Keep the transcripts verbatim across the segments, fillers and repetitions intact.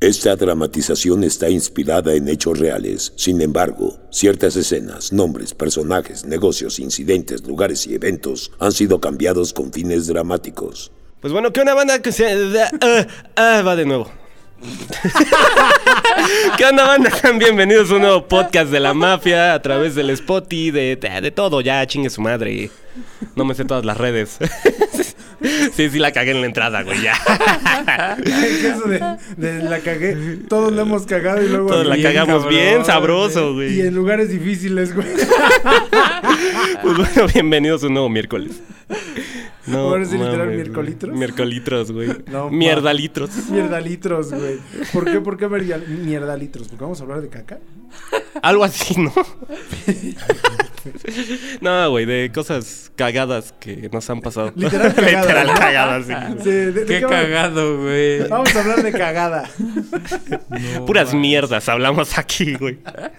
Esta dramatización está inspirada en hechos reales. Sin embargo, ciertas escenas, nombres, personajes, negocios, incidentes, lugares y eventos han sido cambiados con fines dramáticos. Pues bueno, ¿qué onda, banda? Que se... Uh, uh, va de nuevo. ¿Qué onda, banda? Bienvenidos a un nuevo podcast de la mafia a través del Spotify, de, de, de todo. Ya, chingue su madre. No me sé todas las redes. Sí, sí la cagué en la entrada, güey, ya. Eso de, de la cagué. Todos la hemos cagado y luego... Todos la cagamos cabrón, bien sabroso, güey. Y en lugares difíciles, güey. Pues bueno, bienvenidos a un nuevo miércoles. No, ahora sí, literal, mames, miércolitros. Miércolitros, güey. No, Mierdalitros. Mierdalitros, güey. ¿Por qué? ¿Por qué mierdalitros? ¿Porque vamos a hablar de caca? Algo así, ¿no? No, güey, de cosas cagadas que nos han pasado. Literal cagadas. Literal ¿no? cagadas, sí. Sí, de, de qué, qué cagado, güey. Vamos a hablar de cagada. No, puras man. mierdas hablamos aquí, güey.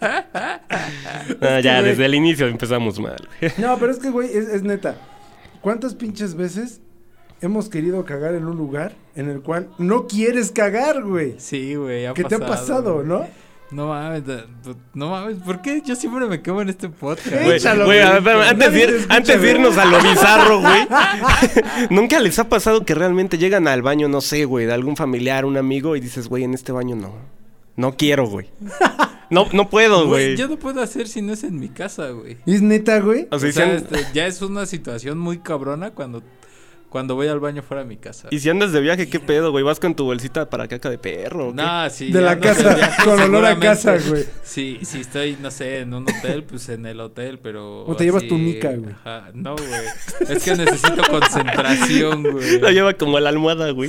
No, es ya, que, desde el inicio empezamos mal. No, pero es que, güey, es, es neta. ¿Cuántas pinches veces hemos querido cagar en un lugar en el cual no quieres cagar, güey? Sí, güey, ha ¿Qué pasado, te ha pasado, güey. no? No mames, no mames, ¿por qué yo siempre me quemo en este podcast? Güey, Échalo, güey, güey. a ver, antes, de ir, antes de irnos a lo bizarro, güey. ¿Nunca les ha pasado que realmente llegan al baño, no sé, güey, de algún familiar, un amigo, y dices, güey, en este baño no, no quiero, güey? No, no puedo, güey. Yo no puedo hacer si no es en mi casa, güey. ¿Es neta, güey? O sea, o sea si este, ya es una situación muy cabrona cuando... Cuando voy al baño fuera de mi casa. Y si andas de viaje, ¿qué pedo, güey? ¿Vas con tu bolsita para caca de perro? No, sí. De la casa, de viaje, con olor a casa, güey. Sí, si estoy, no sé, en un hotel, pues en el hotel, pero... O te así, llevas tu mica, güey. Ajá, no, güey. Es que necesito concentración, güey. Lo lleva como la almohada, güey.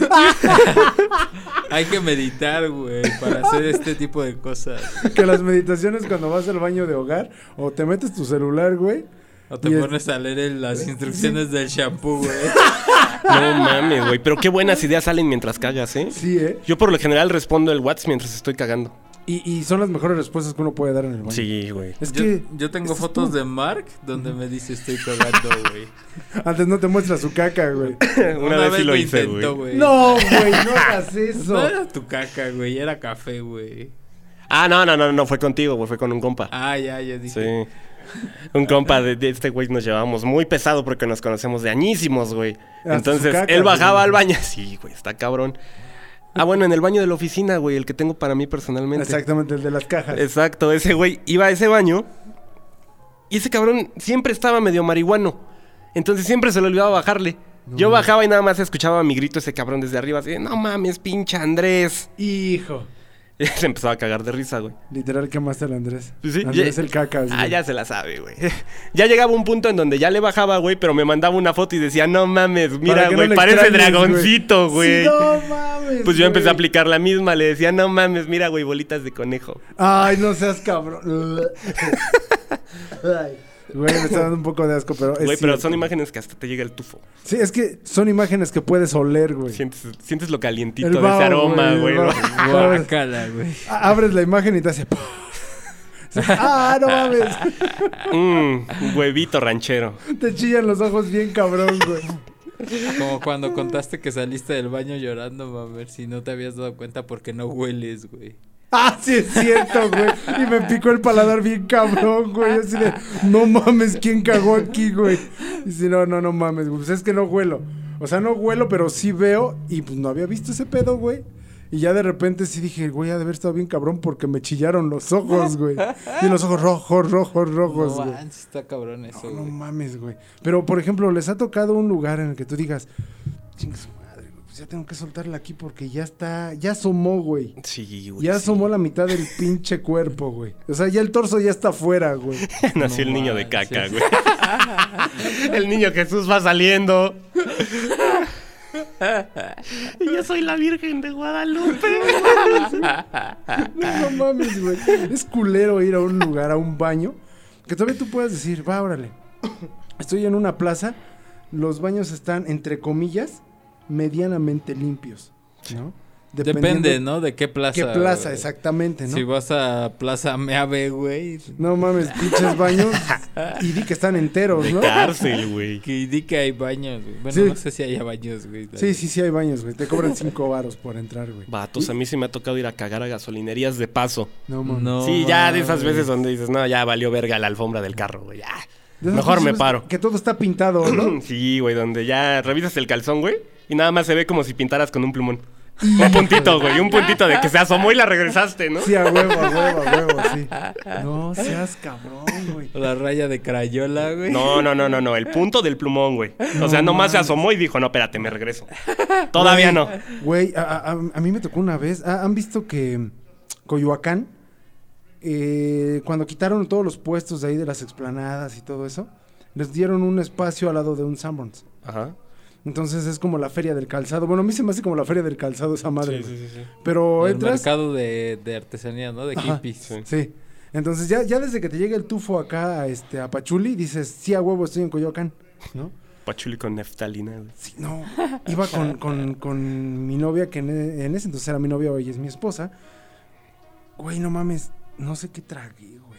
Hay que meditar, güey, para hacer este tipo de cosas. Que las meditaciones cuando vas al baño de hogar, o te metes tu celular, güey. O te pones es... a leer las instrucciones sí. del shampoo, güey. No mames, güey. Pero qué buenas ideas salen mientras cagas, ¿eh? Sí, ¿eh? Yo por lo general respondo el WhatsApp mientras estoy cagando. Y, y son las mejores respuestas que uno puede dar en el baño. Sí, güey. Es yo, que... Yo tengo fotos de Mark donde me dice estoy cagando, güey. Antes no te muestra su caca, güey. Una, Una vez, vez sí lo hice, güey. No, güey, no hagas eso. No era tu caca, güey, era café, güey. Ah, no, no, no, no fue contigo, güey, fue con un compa. Ah, ya, ya dije. Sí. Un compa de, de este güey nos llevábamos muy pesado porque nos conocemos de añísimos, güey. Entonces, caca, él bajaba güey. al baño. Sí, güey, está cabrón. Ah, bueno, en el baño de la oficina, güey, el que tengo para mí personalmente. Exactamente, el de las cajas. Exacto, ese güey iba a ese baño y ese cabrón siempre estaba medio marihuano. Entonces siempre se le olvidaba bajarle. No. Yo bajaba y nada más escuchaba mi grito ese cabrón desde arriba, así de, no mames, pinche Andrés. Hijo. Y se empezaba a cagar de risa, güey. Literal, quemaste al Andrés. Sí, Andrés ya, el cacas, Ah, güey. ya se la sabe, güey. Ya llegaba un punto en donde ya le bajaba, güey, pero me mandaba una foto y decía, no mames, mira, güey, no parece dragoncito, güey. Sí, no mames, Pues yo güey. empecé a aplicar la misma, le decía, no mames, mira, güey, bolitas de conejo. Ay, no seas cabrón. Ay. Güey, me está dando un poco de asco, pero es Güey, pero cierto. son imágenes que hasta te llega el tufo. Sí, es que son imágenes que puedes oler, güey. Sientes, sientes lo calientito el de vaho, ese aroma, güey. Guácala, güey. Abres la imagen y te hace... ¡Ah, no mames! Mmm, huevito ranchero. Te chillan los ojos bien cabrón, güey. Como cuando contaste que saliste del baño llorando, mames, si no te habías dado cuenta porque no hueles, güey. Ah, sí es cierto, güey. Y me picó el paladar bien cabrón, güey. Así de, no mames, ¿quién cagó aquí, güey? Y si no, no, no mames, güey. Pues es que no huelo. O sea, no huelo, pero sí veo. Y pues no había visto ese pedo, güey. Y ya de repente sí dije, güey, ha de haber estado bien cabrón porque me chillaron los ojos, güey. Y los ojos rojos, rojos, rojos, güey. No, man, está cabrón eso, No, güey. no mames, güey. Pero, por ejemplo, ¿les ha tocado un lugar en el que tú digas, chingue su madre, güey, pues ya tengo que soltarla aquí porque ya está, ya asomó, güey? Sí, güey. Ya sí. asomó la mitad del pinche cuerpo, güey. O sea, ya el torso ya está afuera, güey. Nació No, el niño man, de caca, sí. güey. El niño Jesús va saliendo. Y yo soy la Virgen de Guadalupe. No, no mames, güey. Es culero ir a un lugar, a un baño, que todavía tú puedas decir, va, órale. Estoy en una plaza, los baños están, entre comillas, medianamente limpios, ¿no? Depende, ¿no? De qué plaza. ¿Qué plaza, güey. exactamente, no? Si vas a Plaza Meave, güey. No mames, pinches baños. Y di que están enteros, De ¿no? cárcel, güey. Que indica hay baños, güey. Bueno, Sí. no sé si haya baños, güey. Sí, sí, sí hay baños, güey. Te cobran cinco varos por entrar, güey. Vatos, a mí sí me ha tocado ir a cagar a gasolinerías de paso. No mames. No, sí, ya de esas mames. veces donde dices, no, ya valió verga la alfombra del carro, güey. Ya. De esas Mejor me veces paro. Que todo está pintado, ¿no? Sí, güey, donde ya revisas el calzón, güey, y nada más se ve como si pintaras con un plumón. Un puntito, güey, un puntito de que se asomó y la regresaste, ¿no? Sí, a huevo, a huevo, a huevo, sí. No seas cabrón, güey. La raya de Crayola, güey. No, no, no, no, no, el punto del plumón, güey. O sea, nomás se asomó y dijo, no, espérate, me regreso. Todavía no. Güey, a, a, a mí me tocó una vez. ¿Ha- ¿Han visto que Coyoacán, eh, cuando quitaron todos los puestos de ahí de las explanadas y todo eso, les dieron un espacio al lado de un Sanborns? Ajá. Entonces es como la feria del calzado. Bueno, a mí se me hace como la feria del calzado esa madre. Sí, güey. sí, sí, sí. Pero El entras... mercado de, de artesanía, ¿no? De Ajá, hippies. sí. Sí. Entonces ya, ya desde que te llega el tufo acá a, este, a Pachuli, dices, sí, a huevo, estoy en Coyoacán, ¿no? Pachuli con neftalina, güey. Sí, no. Iba con, con, con mi novia, que en, en ese entonces era mi novia, hoy es mi esposa. Güey, no mames, no sé qué tragué, güey.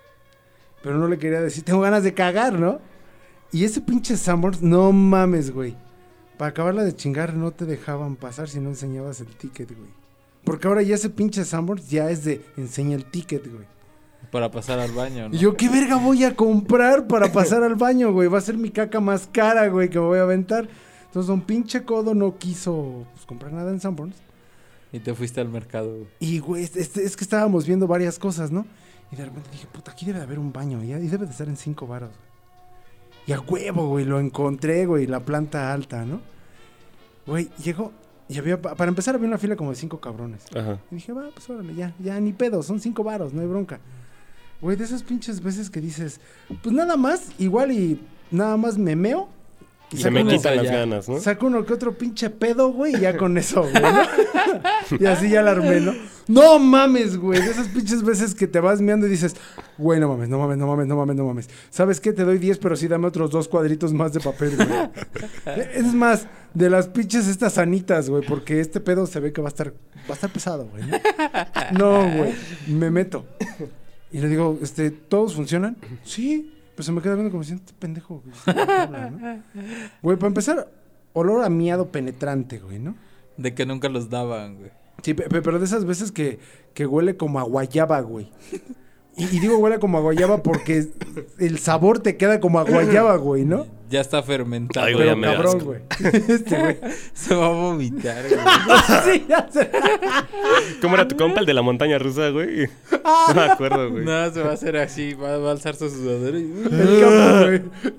Pero no le quería decir, tengo ganas de cagar, ¿no? Y ese pinche Sanborns, no mames, güey. Para acabarla de chingar no te dejaban pasar si no enseñabas el ticket, güey. Porque ahora ya ese pinche Sanborns ya es de enseña el ticket, güey. Para pasar al baño, ¿no? Y yo, ¿qué verga voy a comprar para pasar al baño, güey? Va a ser mi caca más cara, güey, que me voy a aventar. Entonces, don pinche codo no quiso pues, comprar nada en Sanborns. Y te fuiste al mercado, güey. Y, güey, es, es- es que estábamos viendo varias cosas, ¿no? Y de repente dije, puta, aquí debe de haber un baño. Y, y debe de estar en cinco varos, güey. Y a huevo, güey, lo encontré, güey, la planta alta, ¿no? Güey, llegó y había, pa- para empezar había una fila como de cinco cabrones. Ajá. Y dije, va, pues órale, ya, ya, ni pedo, son cinco varos, no hay bronca. Güey, de esas pinches veces que dices, pues nada más, igual y nada más me meo. Y Se saco me uno- quitan las ya. ganas, ¿no? Saco uno que otro pinche pedo, güey, y ya con eso, güey, ¿no? Y así ya la armé, ¿no? No mames, güey, de esas pinches veces que te vas meando y dices, güey, no mames, no mames, no mames, no mames, no mames. ¿Sabes qué? Te doy diez, pero sí dame otros dos cuadritos más de papel, güey. Es más, de las pinches estas sanitas, güey, porque este pedo se ve que va a estar, va a estar pesado, güey, ¿no? No, güey, me meto. Y le digo, este, ¿todos funcionan? Sí. Pues se me queda viendo como diciendo, este pendejo, güey. ¿De qué habla, no? Güey, para empezar, olor a miado penetrante, güey, ¿no? De que nunca los daban, güey. Sí, pe- pe- pero de esas veces que, que huele como a guayaba, güey. Y, y digo huele como a guayaba porque el sabor te queda como a guayaba, güey, ¿no? Ya está fermentado. Ay, güey, ya Pero me da cabrón, asco. güey. Este, güey. Se va a vomitar, güey. Sí, ya sé. ¿Cómo era tu compa, el de la montaña rusa, güey? No me acuerdo, güey. No, se va a hacer así. Va, va a alzar su sudadero y... El capo, güey.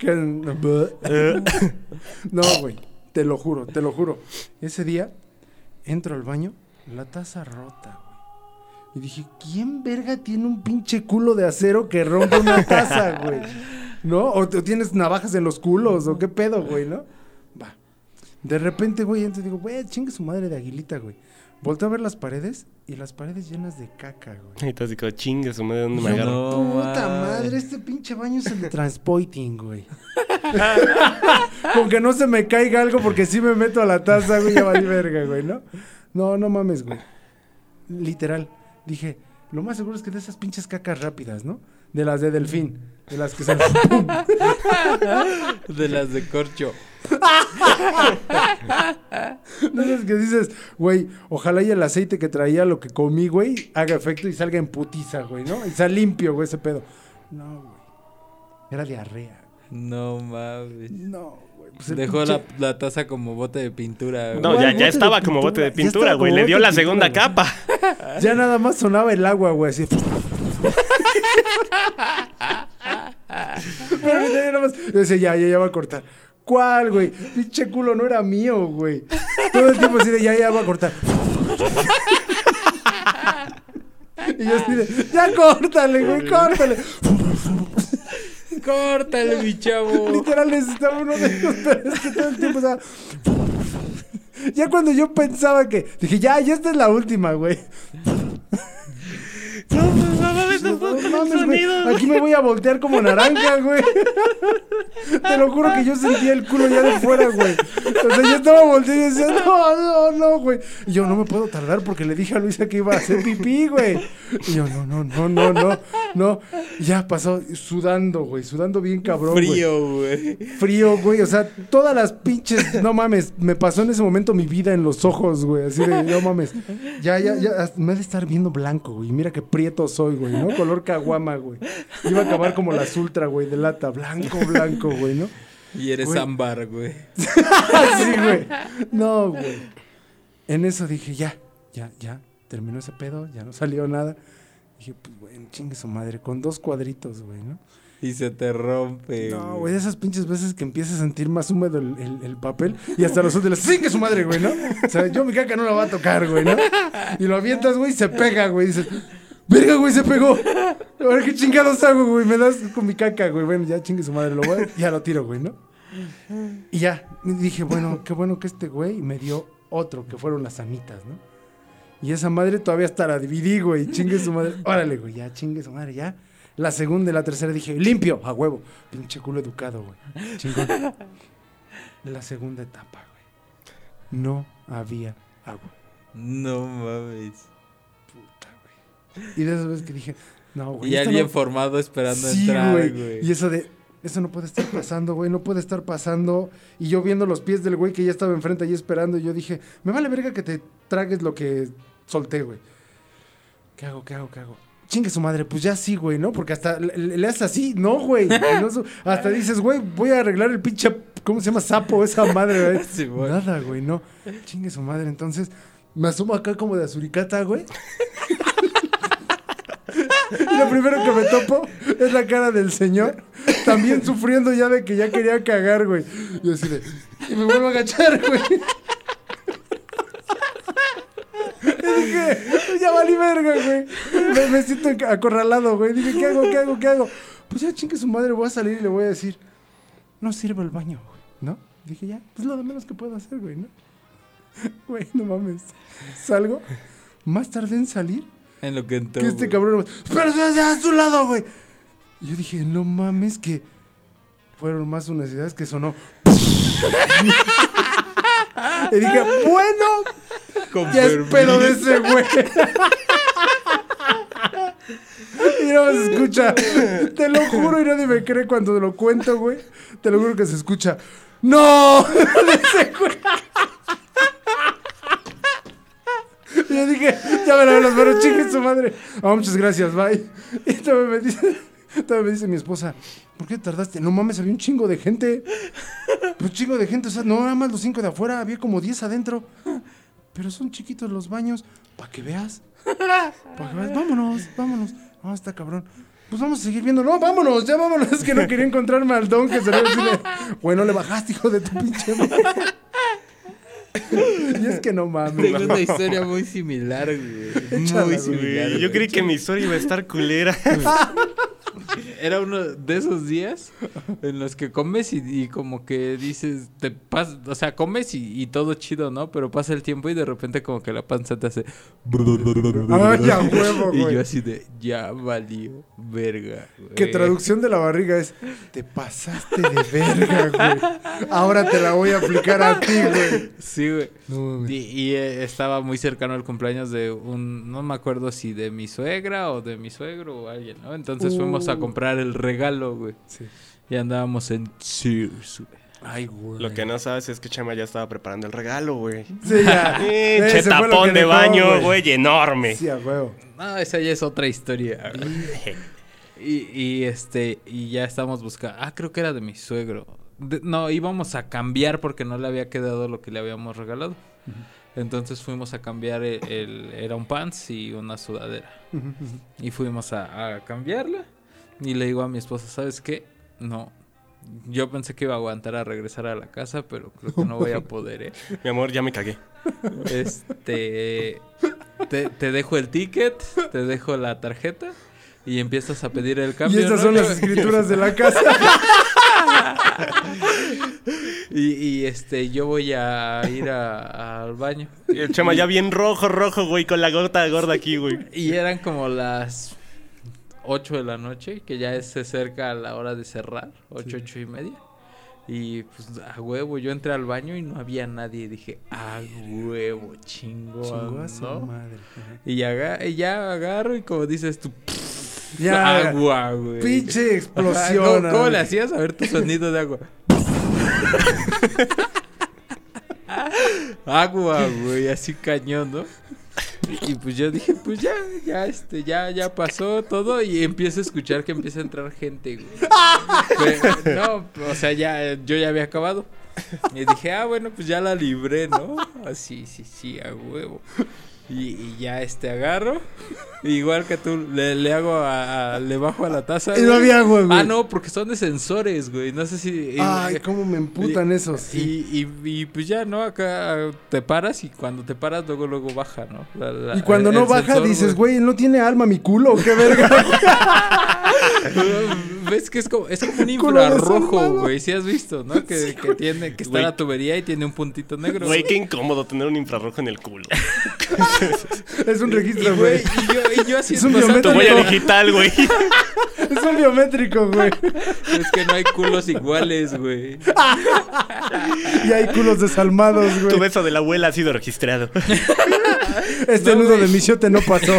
Que- No, güey. Te lo juro, te lo juro. Ese día entro al baño, la taza rota, güey. Y dije, ¿quién verga tiene un pinche culo de acero que rompe una taza, güey? ¿No? ¿O te- tienes navajas en los culos? ¿O qué pedo, güey, no? Va. De repente, güey, entonces digo, güey, chingue su madre de aguilita, güey. Volteo a ver las paredes y las paredes llenas de caca, güey. Y tú así como, chingue su madre, ¿dónde me Y yo, agarro? No, puta mames. madre, este pinche baño es el de Transpoiting, güey. Con que no se me caiga algo porque si me meto a la taza, güey, ya valí verga, güey, ¿no? No, no mames, güey. Literal. Dije, lo más seguro es que de esas pinches cacas rápidas, ¿no? De las de delfín. De las que se... ¡Pum! De las de corcho. De esas que dices, güey, ojalá y el aceite que traía lo que comí, güey, haga efecto y salga en putiza, güey, ¿no? Y sea limpio, güey, ese pedo. No, güey. Era diarrea. No mames. No, güey. Pues el Dejó pinche- la, la taza como bote de pintura, güey. No, ¿Cuál ya, bote ya de estaba como pintura? bote de Ya pintura, estaba güey. como Le bote dio de la pintura, segunda güey. capa. Ya nada más sonaba el agua, güey, así. Pero ya nada más. Yo decía, ya, ya, ya va a cortar. ¿Cuál, güey? Pinche culo no era mío, güey. Todo el tiempo así de, ya, ya va a cortar. Y yo así de, ya córtale, güey, córtale. Córtale, mi chavo. Literal necesitaba uno de esos, pero es que todo el tiempo estaba... Ya cuando yo pensaba que... Dije, ya, ya esta es la última, güey. No, no, no, no, no, No no. mames, güey. sonido, güey. Aquí me voy a voltear como naranja, güey. Te lo juro que yo sentía el culo ya de fuera, güey. O sea, yo estaba volteando y decía, no, no, no, güey. Y yo, no me puedo tardar porque le dije a Luisa que iba a hacer pipí, güey. Y yo, no, no, no, no, no, no. Y ya pasó sudando, güey, sudando bien cabrón, güey. Frío, güey. Frío, güey, o sea, todas las pinches, no mames, me pasó en ese momento mi vida en los ojos, güey, así de, no mames, ya, ya, ya, me ha de estar viendo blanco, güey, mira qué prieto soy, güey, ¿no? Color caguama, güey, iba a acabar como las ultra, güey, de lata, blanco, blanco, güey, ¿no? Y eres Güey. ámbar, güey. Sí, güey, no, güey. En eso dije, ya, ya, ya, terminó ese pedo, ya no salió nada. Dije, pues, güey, chingue su madre, con dos cuadritos, güey, ¿no? Y se te rompe. No, güey, de esas pinches veces que empiezas a sentir más húmedo el, el, el papel y hasta los útiles, ¡sí que su madre, güey!, ¿no? O sea, yo mi caca no la va a tocar, güey, ¿no? Y lo avientas, güey, y se pega, güey. Dices, ¡verga, güey, se pegó! Ahora, ¿qué chingados hago, güey? Me das con mi caca, güey. Bueno, ya chingue su madre, lo voy a... Ya lo tiro, güey, ¿no? Y ya, dije, bueno, qué bueno que este güey me dio otro, que fueron las amitas, ¿no? Y esa madre todavía hasta la dividí, güey. Chingue su madre. Órale, güey, ya, chingue su madre, ya. La segunda y la tercera dije, limpio, a huevo. Pinche culo educado, güey. Chingón. La segunda etapa, güey. No había agua. No mames. Puta, güey. Y de esas veces que dije, no, güey. Y esto alguien no... formado esperando Sí, entrar, güey. güey. Y eso de, eso no puede estar pasando, güey. No puede estar pasando. Y yo viendo los pies del güey que ya estaba enfrente ahí esperando. Y yo dije, me vale verga que te tragues lo que solté, güey. ¿Qué hago, qué hago, qué hago? Chingue su madre, pues ya sí, güey, ¿no? Porque hasta le, le, le haces así, no, güey. No, hasta dices, güey, voy a arreglar el pinche, ¿cómo se llama? Sapo, esa madre, güey. Sí, güey. Nada, güey, no. Chingue su madre, entonces me asomo acá como de azuricata, güey. Y lo primero que me topo es la cara del señor, también sufriendo ya de que ya quería cagar, güey. Y yo así de, y me vuelvo a agachar, güey. Y dije, ya valí verga, güey. Me, me siento acorralado, güey. Dije, ¿qué hago, qué hago, qué hago? Pues ya chingue su madre, voy a salir y le voy a decir, no sirve el baño, güey, ¿no? Dije, ya, pues lo de menos que puedo hacer, güey, ¿no? Güey, no mames. Salgo, más tardé en salir En lo que entró, que este güey. cabrón, pero ya a su lado, güey. Y yo dije, no mames, que fueron más unas ideas que sonó. Y dije, bueno, Con ya es permiso. pedo de ese güey. Y no se escucha. Te lo juro y nadie me cree cuando lo cuento, güey. Te lo juro que se escucha. ¡No! De ese güey. Y yo dije, ya me lavé las manos, chingue su madre. Ah, muchas gracias, bye. Y todavía me dice, todavía me dice mi esposa, ¿por qué tardaste? No mames, había un chingo de gente. Un chingo de gente, o sea, no nada más los cinco de afuera, había como diez adentro. Pero son chiquitos los baños, para que veas. Para que veas, vámonos, vámonos. Ah, está cabrón. Pues vamos a seguir viendo. No, vámonos, ya vámonos. Es que no quería encontrarme al don que se le decirle, bueno, le bajaste, hijo de tu pinche madre. Y es que no mames. Tengo una historia muy similar, güey. Échala, Muy güey. similar. Yo güey. creí que mi historia iba a estar culera. Era uno de esos días en los que comes y, y como que dices, te pas, o sea, comes y, y todo chido, ¿no? Pero pasa el tiempo y de repente como que la panza te hace... Ay, a huevo, Y güey. yo así de, ya valió, verga, güey. Que traducción de la barriga es, te pasaste de verga, güey. Ahora te la voy a aplicar a ti, güey. Sí, güey. No mames. Y, y, eh, estaba muy cercano al cumpleaños de un... No me acuerdo si de mi suegra o de mi suegro o alguien, ¿no? Entonces Uh. fuimos a comprar el regalo, güey. Sí. Y andábamos en Sears, güey. Ay, güey. Lo que no sabes es que Chema ya estaba preparando el regalo, güey. Sí, ya. Pinche Ese fue lo tapón que de dejó, baño, güey, enorme. Sí, a huevo. No, esa ya es otra historia. güey. y, y este, y ya estamos buscando. Ah, creo que era de mi suegro. De- no, íbamos a cambiar porque no le había quedado lo que le habíamos regalado. Entonces fuimos a cambiar el, el- era un pants y una sudadera. Y fuimos a, a cambiarla. Y le digo a mi esposa, ¿sabes qué? No. Yo pensé que iba a aguantar a regresar a la casa, pero creo que no voy a poder, ¿eh? Mi amor, ya me cagué. Este, te, te dejo el ticket, te dejo la tarjeta y empiezas a pedir el cambio. Y estas ¿no? son las escrituras de la casa. Y, y este, yo voy a ir a- al baño. Y el Chema ya bien rojo, rojo, güey, con la gota gorda aquí, güey. Y eran como las ocho de la noche, que ya es, se acerca a la hora de cerrar, ocho, sí. ocho y media. Y pues a huevo, yo entré al baño y no había nadie. Y dije, a huevo, chingón, ¿no? Madre. Y ya, y ya agarro y como dices tú, ya, agua, güey. Pinche explosión. ¿Cómo, ¿Cómo le hacías? A ver tu sonido de agua. Agua, güey, así cañón, ¿no? Y, y pues yo dije, pues ya, ya, este, ya, ya pasó todo y empiezo a escuchar que empieza a entrar gente, güey. Pero, no, o sea, ya, yo ya había acabado. Y dije, ah, bueno, pues ya la libré, ¿no? Así, sí, sí, a huevo. Y, y ya este agarro, igual que tú, le, le hago a, a, le bajo a la taza. Y no había agua, güey. Ah, no, porque son de sensores, güey. No sé si. Ay, y, cómo me emputan y, esos. Sí. Y, y, y pues ya, ¿no? Acá te paras y cuando te paras, luego, luego baja, ¿no? La, la, y cuando el, no el baja, sensor, dices, güey, ¿no tiene alma mi culo? ¿Qué verga? Ves que es como, es como un infrarrojo, güey. Si has visto, ¿no? Que, sí, que tiene, que está en la tubería y tiene un puntito negro. Güey, qué incómodo tener un infrarrojo en el culo. Es un registro, y, güey. Y yo, y yo así es un biométrico. Tu huella digital, güey. Es un biométrico, güey. Es que no hay culos iguales, güey. Y hay culos desalmados, güey. Tu beso de la abuela ha sido registrado. Este no, nudo güey. de michote no pasó.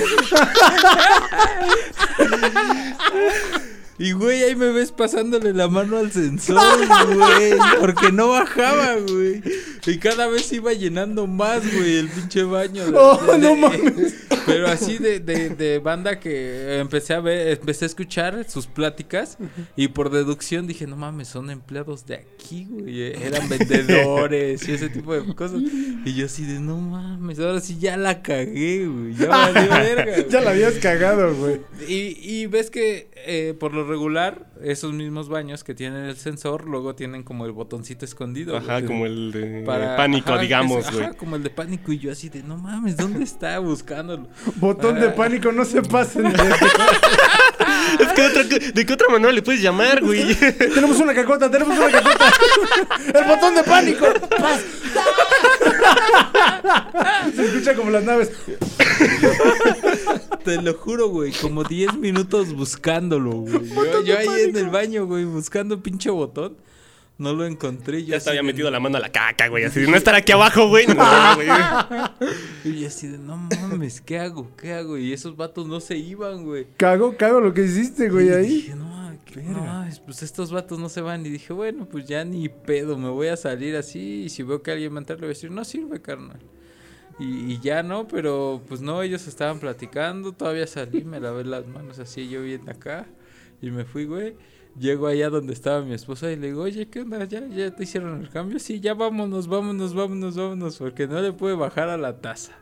Y güey, ahí me ves pasándole la mano al sensor, güey. Porque no bajaba, güey. Y cada vez iba llenando más, güey, el pinche baño. De, oh, de, no de, mames. Pero así de, de, de banda que empecé a ver, empecé a escuchar sus pláticas. Y por deducción dije, no mames, son empleados de aquí, güey. Eran vendedores y ese tipo de cosas. Y yo así de, no mames, ahora sí ya la cagué, güey. Ya valió verga, güey. Ya la habías cagado, güey. Y, y ves que eh, por lo regular, esos mismos baños que tienen el sensor, luego tienen como el botoncito escondido. Ajá, güey, como el de para, pánico, ajá, digamos, güey. Ajá, como el de pánico. Y yo así de, no mames, ¿dónde está? Buscándolo. Botón ah. de pánico, no se pasen. De... Es que otra, ¿de qué otra manera le puedes llamar, güey? Tenemos una cacota, tenemos una cacota. El botón de pánico. Se escucha como las naves. Te lo juro, güey, como diez minutos buscándolo, güey. Yo, yo ahí pánico. En el baño, güey, buscando pinche botón. No lo encontré. Yo ya estaba de... metido la mano a la caca, güey. Así de no estar aquí abajo, güey. No, güey. Y así de, no mames, ¿qué hago? ¿Qué hago? Y esos vatos no se iban, güey. Cago, cago lo que hiciste, güey, ahí. Y dije, no, ¿qué? No, pues estos vatos no se van. Y dije, bueno, pues ya ni pedo, me voy a salir así. Y si veo que alguien va a entrar, le voy a decir, no sirve, carnal. Y, y ya no, pero pues no, ellos estaban platicando. Todavía salí, me lavé las manos así, yo bien acá. Y me fui, güey. Llego allá donde estaba mi esposa y le digo, oye, ¿qué onda? ¿Ya, ya te hicieron el cambio? Sí, ya vámonos, vámonos, vámonos, vámonos. Porque no le pude bajar a la taza.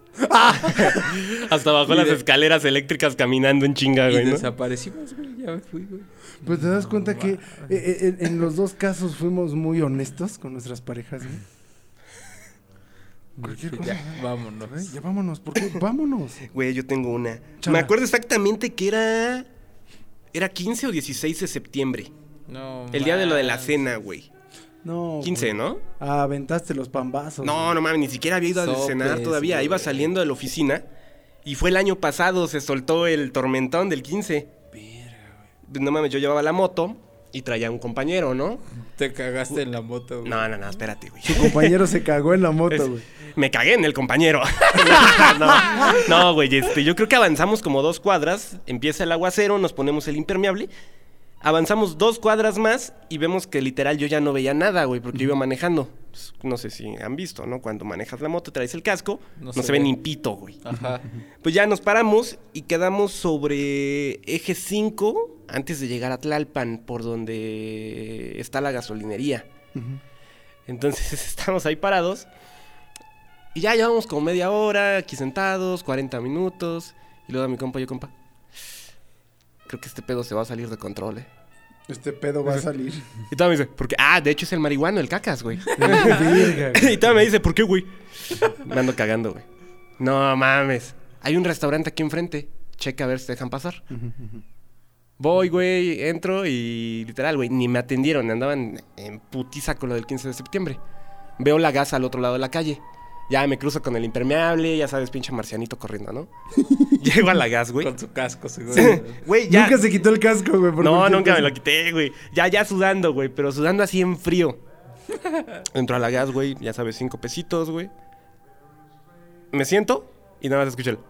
Hasta bajó las de... escaleras eléctricas caminando en chinga, güey, y ¿no? desaparecimos, güey, ya me fui, güey. Pues te das cuenta no, que eh, en, en los dos casos fuimos muy honestos con nuestras parejas, güey. Cualquier cosa. Ya, vámonos. ¿Eh? Ya vámonos, ¿por qué? Vámonos. Güey, yo tengo una. Chala. Me acuerdo exactamente que era... Era quince o dieciséis de septiembre. No, el día de lo de la cena, güey. No. quince, güey. ¿no? Ah, aventaste los pambazos. No, güey. no mames, ni siquiera había ido Sopes, a cenar todavía. Güey. Iba saliendo de la oficina. Y fue el año pasado, se soltó el tormentón del quince. Verga, güey. No mames, yo llevaba la moto y traía un compañero, ¿no? Te cagaste en la moto, güey. No, no, no, espérate, güey. Tu compañero se cagó en la moto, güey. Me cagué en el compañero. no, no, güey, este, yo creo que avanzamos como dos cuadras. Empieza el aguacero, nos ponemos el impermeable. Avanzamos dos cuadras más y vemos que literal yo ya no veía nada, güey, porque yo iba manejando. Pues, no sé si han visto, ¿no? Cuando manejas la moto, traes el casco, no, no se, se ve ni pito, güey. Ajá. Pues ya nos paramos y quedamos sobre eje cinco antes de llegar a Tlalpan, por donde está la gasolinería. Uh-huh. Entonces estamos ahí parados. Y ya llevamos como media hora aquí sentados, cuarenta minutos. Y luego a mi compa, yo, compa, creo que este pedo se va a salir de control, ¿eh? Este pedo va a salir. Y todo me dice, ¿por qué? Ah, de hecho es el marihuano, el cacas, güey. Y todo me dice, ¿por qué, güey? Me ando cagando, güey. No mames. Hay un restaurante aquí enfrente. Checa a ver si te dejan pasar. Voy, güey, entro y literal, güey, ni me atendieron. Andaban en putiza con lo del quince de septiembre. Veo la gas al otro lado de la calle. Ya me cruzo con el impermeable, ya sabes, pinche marcianito corriendo, ¿no? Llego a la gas, güey. Con su casco, seguro. Güey, ya. Nunca se quitó el casco, güey. por No, cualquier nunca cosa. me lo quité, güey. Ya, ya sudando, güey, pero sudando así en frío. Entro a la gas, güey, ya sabes, cinco pesitos, güey. Me siento y nada más escucho el...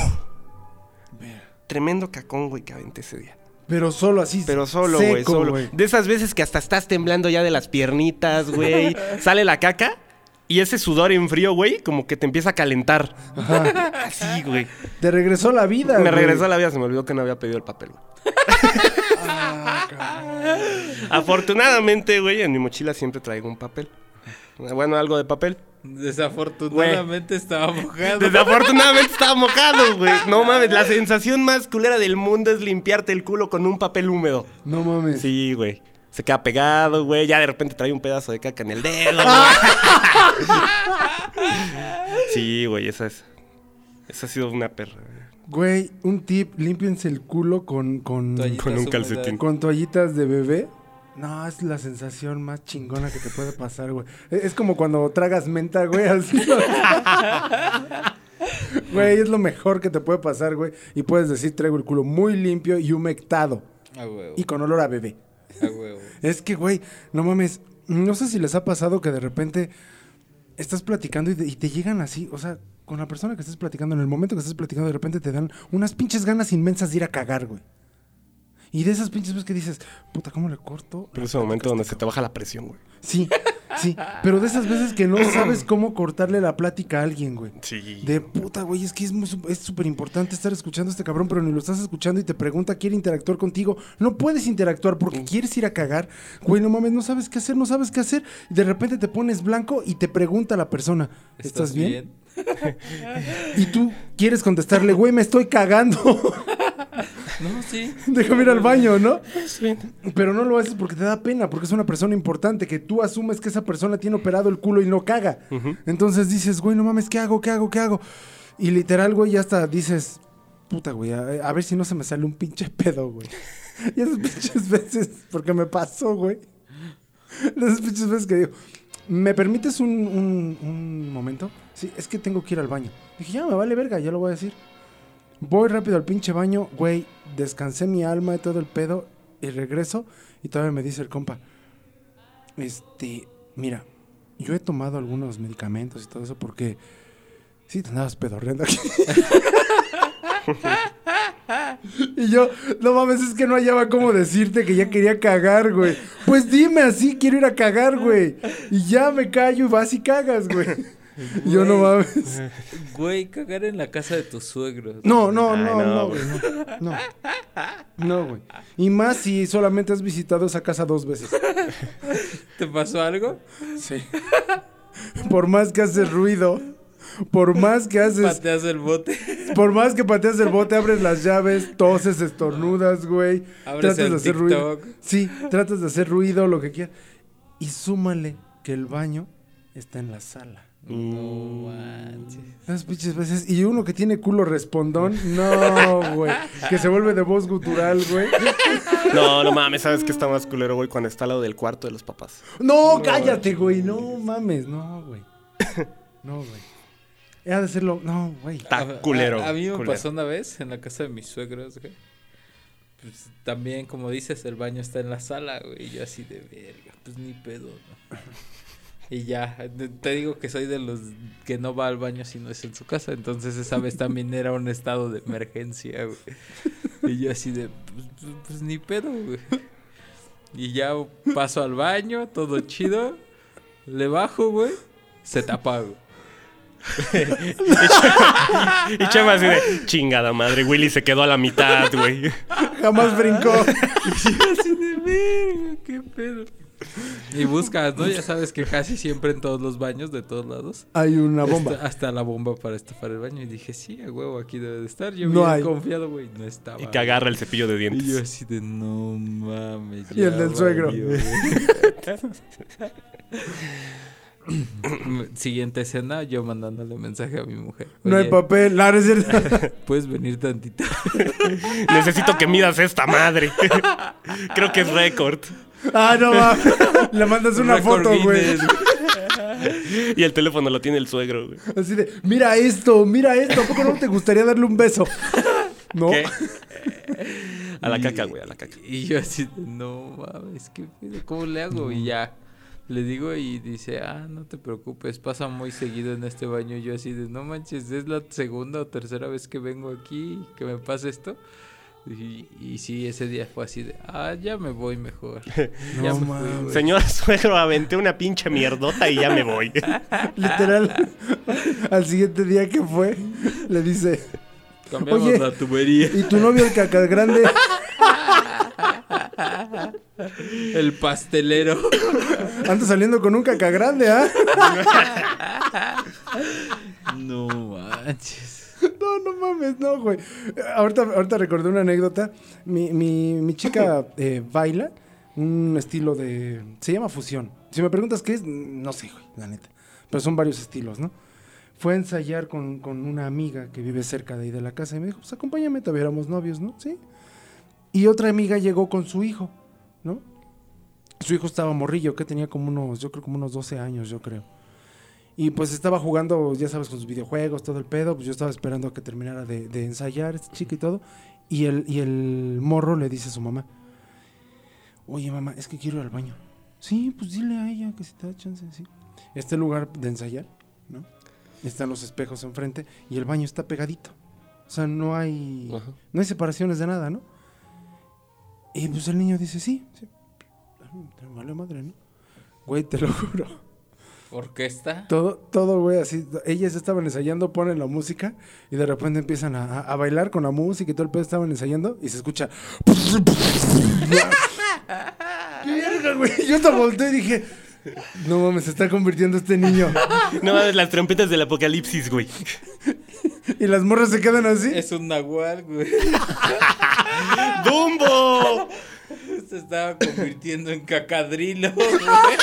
Tremendo cacón, güey, que aventé ese día. Pero solo así. Pero solo, güey, seco, solo. güey. De esas veces que hasta estás temblando ya de las piernitas, güey. Sale la caca y ese sudor en frío, güey, como que te empieza a calentar. Ajá. Así, güey. Te regresó la vida, Me güey. regresó a la vida, se me olvidó que no había pedido el papel, güey. Ah, cabrón. Afortunadamente, güey, en mi mochila siempre traigo un papel. Bueno, algo de papel. Desafortunadamente estaba mojado. Desafortunadamente estaba mojado, güey. No mames, la sensación más culera del mundo es limpiarte el culo con un papel húmedo. No mames. Sí, güey. Se queda pegado, güey. Ya de repente trae un pedazo de caca en el dedo, güey. Sí, güey, esa es. Esa ha sido una perra. Güey, un tip, límpiense el culo con, con, Toallitas Con un húmedas. calcetín. con toallitas de bebé. No, es la sensación más chingona que te puede pasar, güey. Es es como cuando tragas menta, güey, así. Güey, es lo mejor que te puede pasar, güey. Y puedes decir, traigo el culo muy limpio y humectado. A huevo. Y con olor a bebé. A huevo. Es que, güey, no mames. No sé si les ha pasado que de repente estás platicando y, de- y te llegan así, o sea, con la persona que estés platicando, en el momento que estés platicando, de repente te dan unas pinches ganas inmensas de ir a cagar, güey. Y de esas pinches veces que dices, puta, ¿cómo le corto? Pero ese momento donde se te baja la presión, güey. Sí, sí. Pero de esas veces que no sabes cómo cortarle la plática a alguien, güey. Sí. De puta, güey, es que es muy su- es súper importante estar escuchando a este cabrón, pero ni lo estás escuchando y te pregunta, quiere interactuar contigo. No puedes interactuar porque quieres ir a cagar. Güey, no mames, no sabes qué hacer, no sabes qué hacer. Y de repente te pones blanco y te pregunta la persona, ¿estás, bien? Y tú quieres contestarle, güey, me estoy cagando. No, sí. Déjame ir al baño, ¿no? Pero no lo haces porque te da pena, porque es una persona importante, que tú asumes que esa persona tiene operado el culo y no caga. Entonces dices, güey, no mames, ¿qué hago? ¿Qué hago? ¿Qué hago? Y literal, güey, ya hasta dices, puta, güey, a, a ver si no se me sale un pinche pedo, güey. Y esas pinches veces, porque me pasó, güey. Esas pinches veces que digo, ¿me permites un, un, un momento? Sí, es que tengo que ir al baño. Dije, ya, me vale verga, ya lo voy a decir. Voy rápido al pinche baño, güey, descansé mi alma y todo el pedo y regreso y todavía me dice el compa, este, mira, yo he tomado algunos medicamentos y todo eso porque sí te andabas pedorreando aquí. Y yo, no mames, es que no hallaba cómo decirte que ya quería cagar, güey. Pues dime así, quiero ir a cagar, güey. Y ya me callo y vas y cagas, güey. Y yo, no mames. Güey, cagar en la casa de tus suegros. No, no, Ay, no, no, no, güey. güey. No, no. No, güey. Y más si solamente has visitado esa casa dos veces. ¿Te pasó algo? Sí. Por más que haces ruido, por más que haces, Pateas el bote. por más que pateas el bote, abres las llaves, toses, estornudas, güey. Abres el de hacer ruido. TikTok. Sí, tratas de hacer ruido, lo que quieras. Y súmale que el baño está en la sala. No manches. Esas pinches veces. Y uno que tiene culo respondón, no, güey. Que se vuelve de voz gutural, güey. No, no mames, ¿sabes qué está más culero, güey? Cuando está al lado del cuarto de los papás. No, cállate, güey. No mames, no, güey. No, güey. He de hacerlo. No, güey. Está A- culero. A, a mí me culero. pasó una vez en la casa de mis suegros, güey. Pues también, como dices, el baño está en la sala, güey. Y yo así de verga, pues ni pedo, ¿no? Y ya, te- te digo que soy de los que no va al baño si no es en su casa. Entonces esa vez también era un estado de emergencia, güey. Y yo así de, pues, pues, pues ni pedo, güey. Y ya paso al baño, todo chido. Le bajo, güey. Se tapa, güey. Y Chema así de, chingada madre, Willy se quedó a la mitad, güey. Jamás brincó. Y yo así de verga, qué pedo. Y buscas, ¿no? Ya sabes que casi siempre en todos los baños, de todos lados, Hay una está bomba. hasta la bomba para estafar el baño. Y dije, sí, a huevo, aquí debe de estar. Yo No bien hay. confiado, güey, no estaba. Y que agarra el cepillo de Y yo dientes. así de, no mames. Y el ya del suegro. valió, güey. Siguiente escena, yo mandándole mensaje a mi mujer. No hay Oye, papel. No, no es cierto. ¿puedes venir tantito? Necesito que midas esta madre. Creo que es récord. Ah, no mames. Le mandas una Récord foto, güey. Guinness, Y el teléfono lo tiene el suegro, güey. Así de, mira esto, mira esto. ¿A poco no te gustaría darle un beso? No. ¿Qué? A la caca, güey, a la caca. Y yo así, de, no mames, ¿qué pedo? ¿Cómo le hago? Y ya le digo y dice, ah, no te preocupes, pasa muy seguido en este baño. Y yo así de, no manches, es la segunda o tercera vez que vengo aquí que me pasa esto. Y, y sí, ese día fue así de, ah, ya me voy mejor. No Ya me fui, mames. güey. Señor suegro, aventé una pinche mierdota y ya me voy. Literal. Al siguiente día que fue, le dice, Cambiamos Oye, la tubería. ¿y tu novio el caca grande? El pastelero. Anda saliendo con un caca grande, ¿ah? No manches. No, no mames, no, güey. Ahorita, ahorita recordé una anécdota. Mi, mi, mi chica eh, baila un estilo de... Se llama fusión. Si me preguntas qué es, no sé, güey, la neta. Pero son varios estilos, ¿no? Fue a ensayar con, con una amiga que vive cerca de ahí de la casa y me dijo, pues acompáñame, todavía éramos novios, ¿no? Sí. Y otra amiga llegó con su hijo, ¿no? Su hijo estaba morrillo, que tenía como unos, yo creo como unos doce años, yo creo. Y pues estaba jugando, ya sabes, con sus videojuegos, todo el pedo. Pues yo estaba esperando a que terminara de, de ensayar, esta chica y todo. Y el, y el morro le dice a su mamá, oye, mamá, es que quiero ir al baño. Sí, pues dile a ella que si te da chance, sí. Este lugar de ensayar, ¿no? Están los espejos enfrente y el baño está pegadito. O sea, no hay, Ajá. no hay separaciones de nada, ¿no? Y pues el niño dice, sí, sí. Vale madre, ¿no? Güey, te lo juro. ¿Orquesta? Todo, todo, güey, así. Ellas estaban ensayando, ponen la música y de repente empiezan a, a, a bailar con la música y todo el pedo estaban ensayando y se escucha. ¡Qué verga, güey! Yo te volteé y dije, no mames, se está convirtiendo este niño. No mames, las trompetas del apocalipsis, güey. Y las morras se quedan así. Es un nahual, güey. ¡Dumbo! Se estaba convirtiendo en cacadrilo, güey.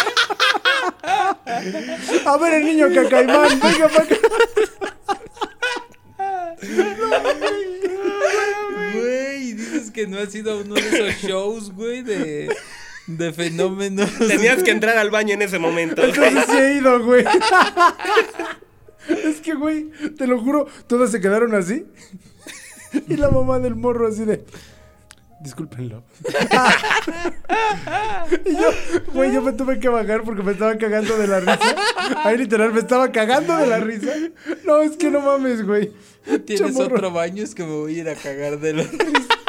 A ver el niño cacaimán, venga para acá. Güey, dices que no ha sido uno de esos shows, güey, de, de fenómenos. Tenías que entrar al baño en ese momento. Entonces sí he ido, güey. Es que, güey, te lo juro, todas se quedaron así. Y la mamá del morro así de... Discúlpenlo. Y yo, güey, yo me tuve que bajar porque me estaba cagando de la risa. Ahí literal me estaba cagando de la risa. No, es que no mames, güey. Tienes Chamorro. otro baño, es que me voy a ir a cagar de los... Es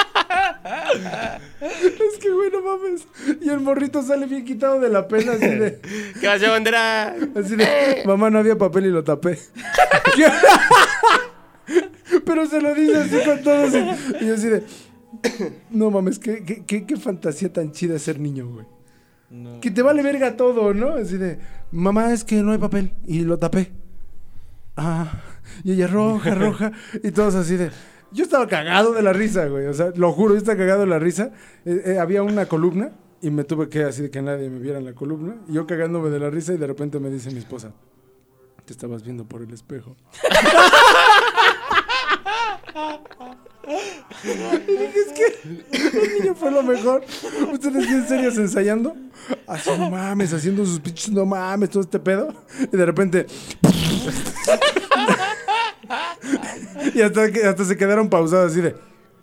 que, güey, no mames. Y el morrito sale bien quitado de la pena, así de... ¿Qué pasó, bandera? Así de... Mamá, no había papel y lo tapé. Pero se lo dice así con todo. Así. Y yo así de... No mames, qué, qué, qué, qué fantasía tan chida ser niño, güey. No. Que te vale verga todo, ¿no? Así de... Mamá, es que no hay papel y lo tapé. Ah... Y ella roja, roja. Y todos así de... Yo estaba cagado de la risa, güey. O sea, lo juro, yo estaba cagado de la risa. Eh, eh, había una columna y me tuve que así de que nadie me viera en la columna. Y yo cagándome de la risa y de repente me dice mi esposa, te estabas viendo por el espejo. Y dije, es que el niño fue lo mejor. Ustedes bien serios ensayando. Así, no mames, haciendo sus pinches, no mames, todo este pedo. Y de repente... Y hasta, que, hasta se quedaron pausados así de...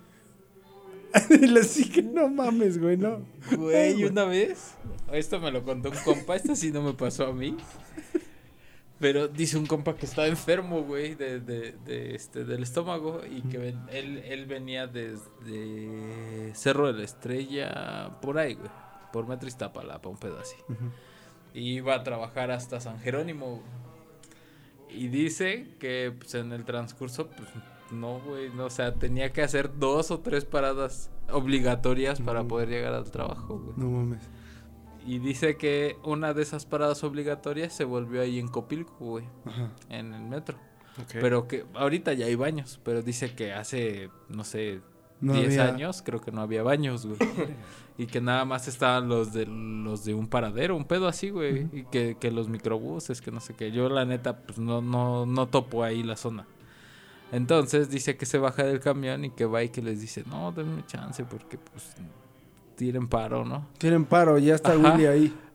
Y les dije, no mames, güey, no. Güey, una vez, esto me lo contó un compa, esto sí no me pasó a mí. Pero dice un compa que estaba enfermo, güey, de, de, de este, del estómago. Y que ven, él, él venía desde Cerro de la Estrella, por ahí, güey. Por Metro Iztapalapa, un pedo así. Uh-huh. Y iba a trabajar hasta San Jerónimo, güey. Y dice que pues, en el transcurso, pues no, güey, no, o sea, tenía que hacer dos o tres paradas obligatorias para No. poder llegar al trabajo, güey. No mames. Y dice que una de esas paradas obligatorias se volvió ahí en Copilco, güey, Ajá. en el metro. Okay. Pero que ahorita ya hay baños, pero dice que hace, no sé, No diez había- años creo que no había baños, güey. Y que nada más estaban los de los de un paradero, un pedo así, güey. Ujú. Y que, que los microbuses, que no sé qué. Yo la neta, pues no, no, no topo ahí la zona. Entonces dice que se baja del camión y que va y que les dice, no, denme chance porque pues tiren paro, ¿no? Tienen paro, ya está Ajá. Willy ahí.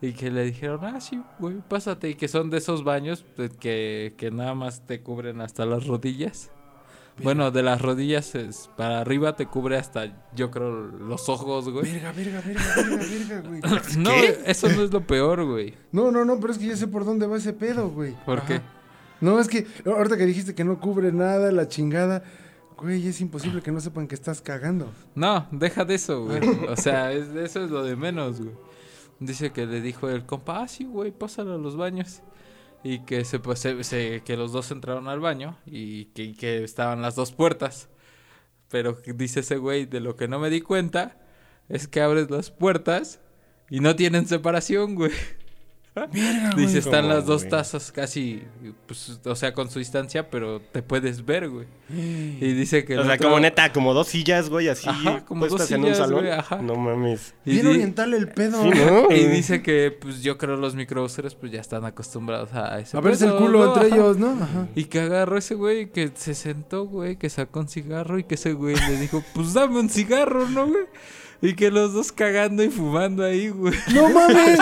Y que le dijeron, ah, sí, güey, pásate. Y que son de esos baños que, que nada más te cubren hasta las rodillas. Bueno, de las rodillas es, para arriba te cubre hasta, yo creo, los ojos, güey. Verga, verga, verga, verga, verga, güey. No, ¿Qué? eso no es lo peor, güey. No, no, no, pero es que ya sé por dónde va ese pedo, güey. ¿Por Ajá. qué? No, es que ahorita que dijiste que no cubre nada, la chingada, güey, es imposible que no sepan que estás cagando. No, deja de eso, güey. O sea, es, eso es lo de menos, güey. Dice que le dijo el compa, ah, sí, güey, pásalo a los baños. Y que se, pues, se, se- que los dos entraron al baño y que, y que estaban las dos puertas. Pero dice ese güey, de lo que no me di cuenta es que abres las puertas y no tienen separación, güey. Verga, güey. Dice, están ¿Cómo, las dos güey? tazas casi, pues, o sea, con su distancia, pero te puedes ver, güey. Y dice que el O sea, otro- como neta, como dos sillas, güey, así Ajá, como puestas dos en un sillas, salón. güey, ajá. No mames. y Bien di- oriental el pedo. Sí, ¿no? Y dice que, pues, yo creo los microbuseros, pues, ya están acostumbrados a ese A verse el pedo, culo ¿no? entre Ajá. ellos, ¿no? Ajá. Y que agarró ese güey, que se sentó, güey, que sacó un cigarro y que ese güey le dijo, pues, dame un cigarro, ¿no, güey? Y que los dos cagando y fumando ahí, güey. ¡No mames!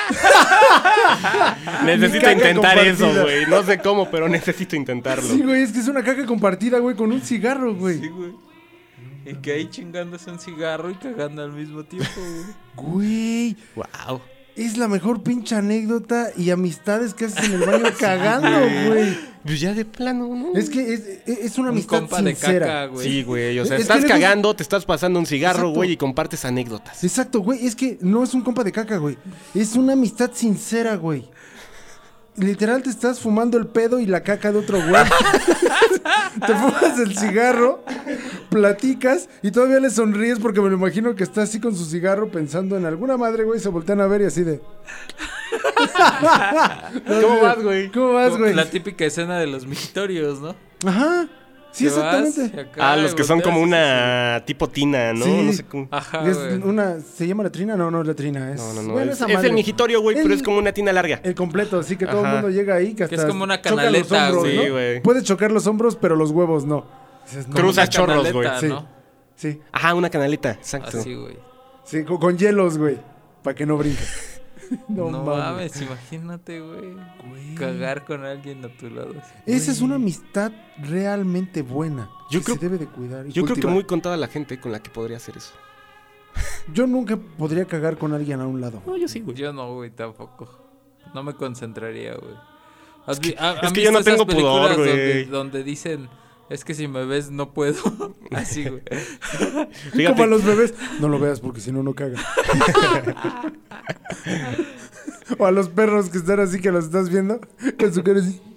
Necesito caca intentar compartida. eso, güey. No sé cómo, pero necesito intentarlo. Sí, güey, es que es una caca compartida, güey, con un cigarro, güey. Sí, güey. Y que ahí chingándose un cigarro y cagando al mismo tiempo, güey. Güey, Wow. es la mejor pinche anécdota y amistades que haces en el baño cagando, güey. Pues ya de plano, ¿no? Es que es, es una Un amistad compa de sincera. caca, güey. Sí, güey. O sea, Es que estás luego- cagando, te estás pasando un cigarro, Exacto. güey, y compartes anécdotas. Exacto, güey, es que no es un compa de caca, güey. Es una amistad sincera, güey. Literal te estás fumando el pedo y la caca de otro güey. Te fumas el cigarro, platicas y todavía le sonríes porque me lo imagino que está así con su cigarro pensando en alguna madre, güey, se voltean a ver y así de... ¿Cómo vas, güey? ¿Cómo vas, güey? La típica escena de los mijitorios, ¿no? Ajá. Sí, Que vas exactamente. y acá Ah, los y que son volteas como y una tipo tina, ¿no? Sí. No sé cómo. sí. Ajá, Es güey. una... ¿Se llama la trina? No, no es la trina. Es... No, no, no. Bueno, es, esa es madre. el migitorio, güey, pero El- es como una tina larga. El completo, así que todo el Ajá. mundo llega ahí que hasta Que es como una choca los canaleta, hombros, güey. ¿no? Sí, güey. Puedes chocar los hombros, pero los huevos no. Dices, no, Cruza Una chorros, canaleta, güey. Sí. ¿no? Sí, Ajá, una canaleta, exacto. Así, güey. sí, con, con hielos, güey, para que no brinque. no, No, mames. mames, imagínate, güey. Cagar con alguien a tu lado. así. Esa es una amistad realmente buena. Yo que creo- se debe de cuidar y Yo creo que cultivar. muy contada la gente con la que podría hacer eso. Yo nunca podría cagar con alguien a un lado. No, yo sí, güey. Yo no, güey, tampoco. No me concentraría, güey. ¿Has vi- ha- es han que yo no visto esas tengo pudor, películas donde- güey. Donde dicen, es que si me ves no puedo. Así, güey. Fíjate, Como a los bebés. No lo veas porque si no, no caga. O a los perros que están así que los estás viendo, con su cara así.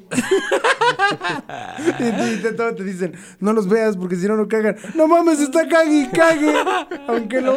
y te, y te, todo te dicen, no los veas porque si no, no cagan. No mames, está cague y cague. Aunque lo...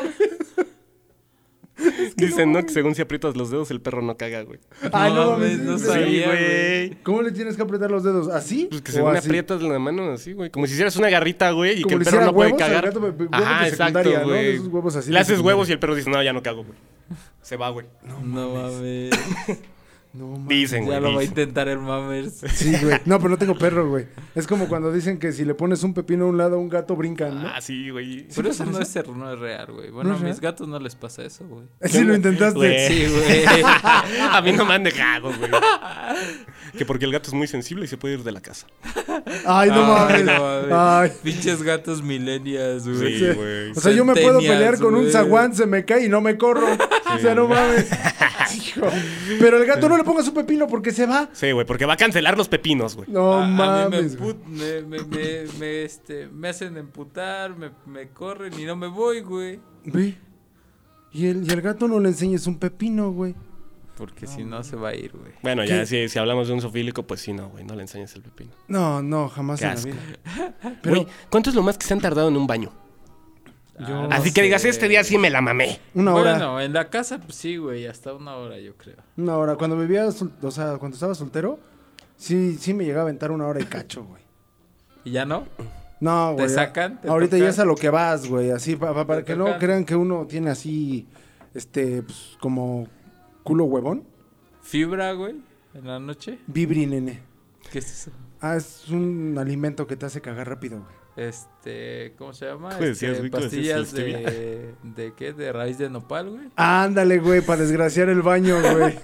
dicen, ¿no? Que según si aprietas los dedos, el perro no caga, güey. Ay, no No mames. mames, no sí, sabía. Sí, güey. güey. ¿Cómo le tienes que apretar los dedos? ¿Así? Pues que ¿O según así? aprietas la mano así, güey. Como si hicieras una garrita, güey, y Como que el le perro hiciera no puede huevos al cagar. gato, be- be- huevos Ajá, de exacto, secundaria, ¿no? De güey. esos huevos así Le de haces secundaria. huevos y el perro dice, no, ya no cago, güey. Se va, güey. No mames. No mames. Dicen, Ya güey. lo va a dicen. intentar el mamers. Sí, güey. No, pero no tengo perro, güey. Es como cuando dicen que si le pones un pepino a un lado, un gato brincan, ¿no? Ah, sí, güey. Pero eso no es, ser- no es real, güey. Bueno, ¿No es a mis real? gatos no les pasa eso, güey. Sí lo intentaste. Güey. Sí, güey. A mí no me han dejado, güey. Que porque el gato es muy sensible y se puede ir de la casa. Ay, no Ay, mames. no mames. Ay. Pinches gatos millennials, güey. Sí, güey. O sea, yo me puedo Centennials, pelear con un güey. zaguán, se me cae y no me corro. O sea, no mames. Hijo. Pero el gato no le ponga su pepino porque se va. Sí, güey, porque va a cancelar los pepinos, güey. No A- a mí me, mames. güey. emput- me, me, me, me, este, me hacen emputar, me, me corren y no me voy, güey. Ve. Y el, y el gato no le enseñes un pepino, güey. Porque si no se va a ir, güey. Bueno, ya ¿Qué? si, si hablamos de un sofílico, pues sí, no, güey, no le enseñes el pepino. No, no, jamás Qué en la asco. vida. Pero Güey, ¿cuánto es lo más que se han tardado en un baño? yo... Ah, Así no que digas, sé. este día sí me la mamé. Una hora. Bueno, en la casa, pues sí, güey, hasta una hora, yo creo. Una hora. Cuando vivía, sol- o sea, cuando estaba soltero, sí, sí me llegaba a aventar una hora y cacho, güey. ¿Y ya no? No, ¿Te güey. sacan? ¿Te Ahorita tocan? ya es a lo que vas, güey. Así, pa- pa- para ¿Te que no tocan? crean que uno tiene así, este, pues, como culo huevón. ¿Fibra, güey? ¿En la noche? Vibri, nene. ¿Qué es eso? Ah, es un alimento que te hace cagar rápido, güey. Este, ¿cómo se llama? ¿Cómo Este, decías, güey? ¿Cómo decías, pastillas stevia? de, de qué, de raíz de nopal, güey. Ándale, güey, para desgraciar el baño, güey.